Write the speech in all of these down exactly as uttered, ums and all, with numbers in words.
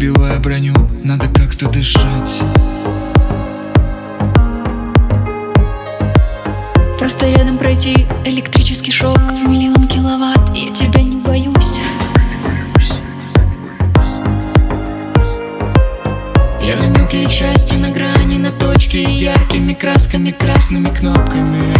пробивая броню, надо как-то дышать. Просто рядом пройти электрический шок, миллион киловатт, я тебя не боюсь. Я на мелкие части, на грани, на точке, яркими красками, красными кнопками.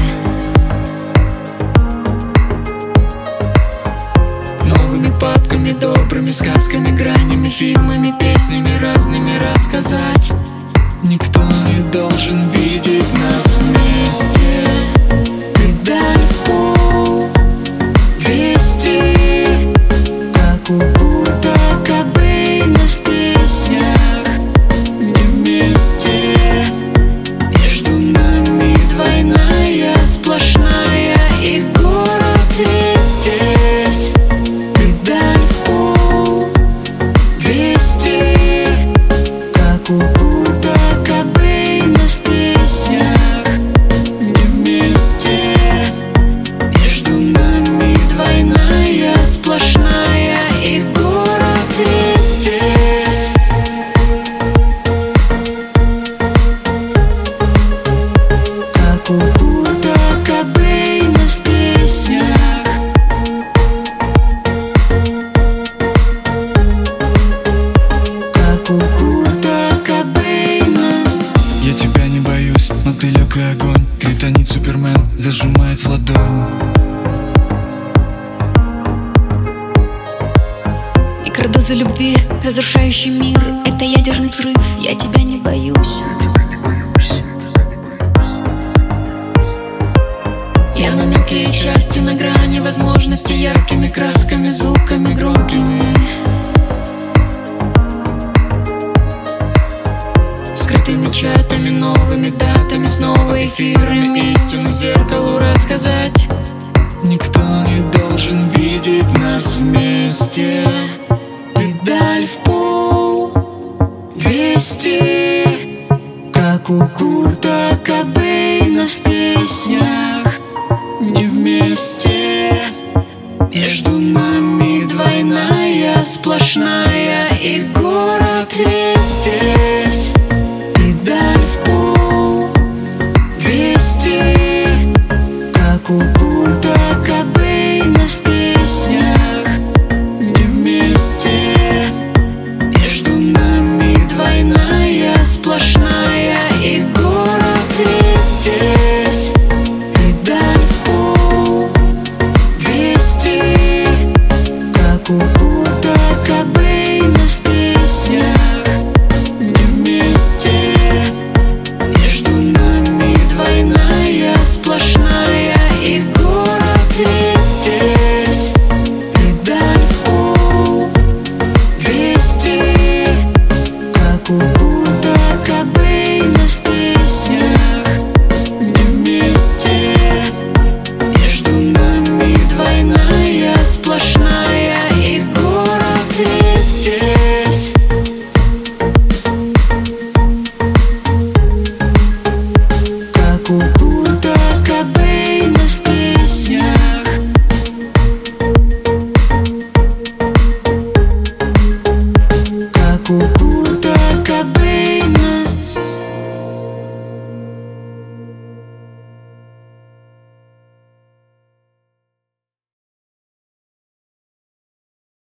Новыми папками, добрыми сказками, гранями, фильмами, песнями разными рассказать. Никто не должен видеть нас вместе. Педаль в пол, двести, как у Курта Кобейна в песнях. Не вместе, между нами двойная сплошная, и город весь здесь. Педаль в пол, двести, как у Курта Кобейна в песнях. Не вместе, между нами двойная сплошная, и город весь здесь. Как у Курта Кобейна в песнях. Как у Курта Кобейна. Я тебя не боюсь, но ты легкий огонь. Криптонит Супермен зажимает в ладонь. Микродозы любви, разрушающий мир, это ядерный взрыв, я тебя не боюсь. Я на мелкие части, на грани возможности, яркими красками, звуками громкими. Скрытыми чатами, новыми датами, снова эфирами, истину зеркалу рассказать. Никто не должен видеть нас вместе. Педаль в пол, двести, как у Курта Кобейна в песнях. Не вместе, между нами двойная сплошная, и город весь здесь. Педаль в пол, двести, как у Курта Кобейна в песнях. Не вместе, между нами двойная сплошная, и город весь здесь. Педаль в пол, двести, как у Курта Кобейна в песнях. Не вместе, между нами двойная сплошная, и город весь здесь. Педаль в пол, двести, как у Курта Кобейна в песнях. Не вместе, между нами двойная сплошная, и город весь здесь. Педаль в пол, двести, как у Курта Кобейна в песнях. Не вместе, между нами двойная сплошная, и город весь здесь. Педаль в пол, двести, как у Курта Кобейна в песнях. Не вместе, между нами двойная сплошная, и город весь здесь. Педаль в пол, двести, как у Курта Кобейна.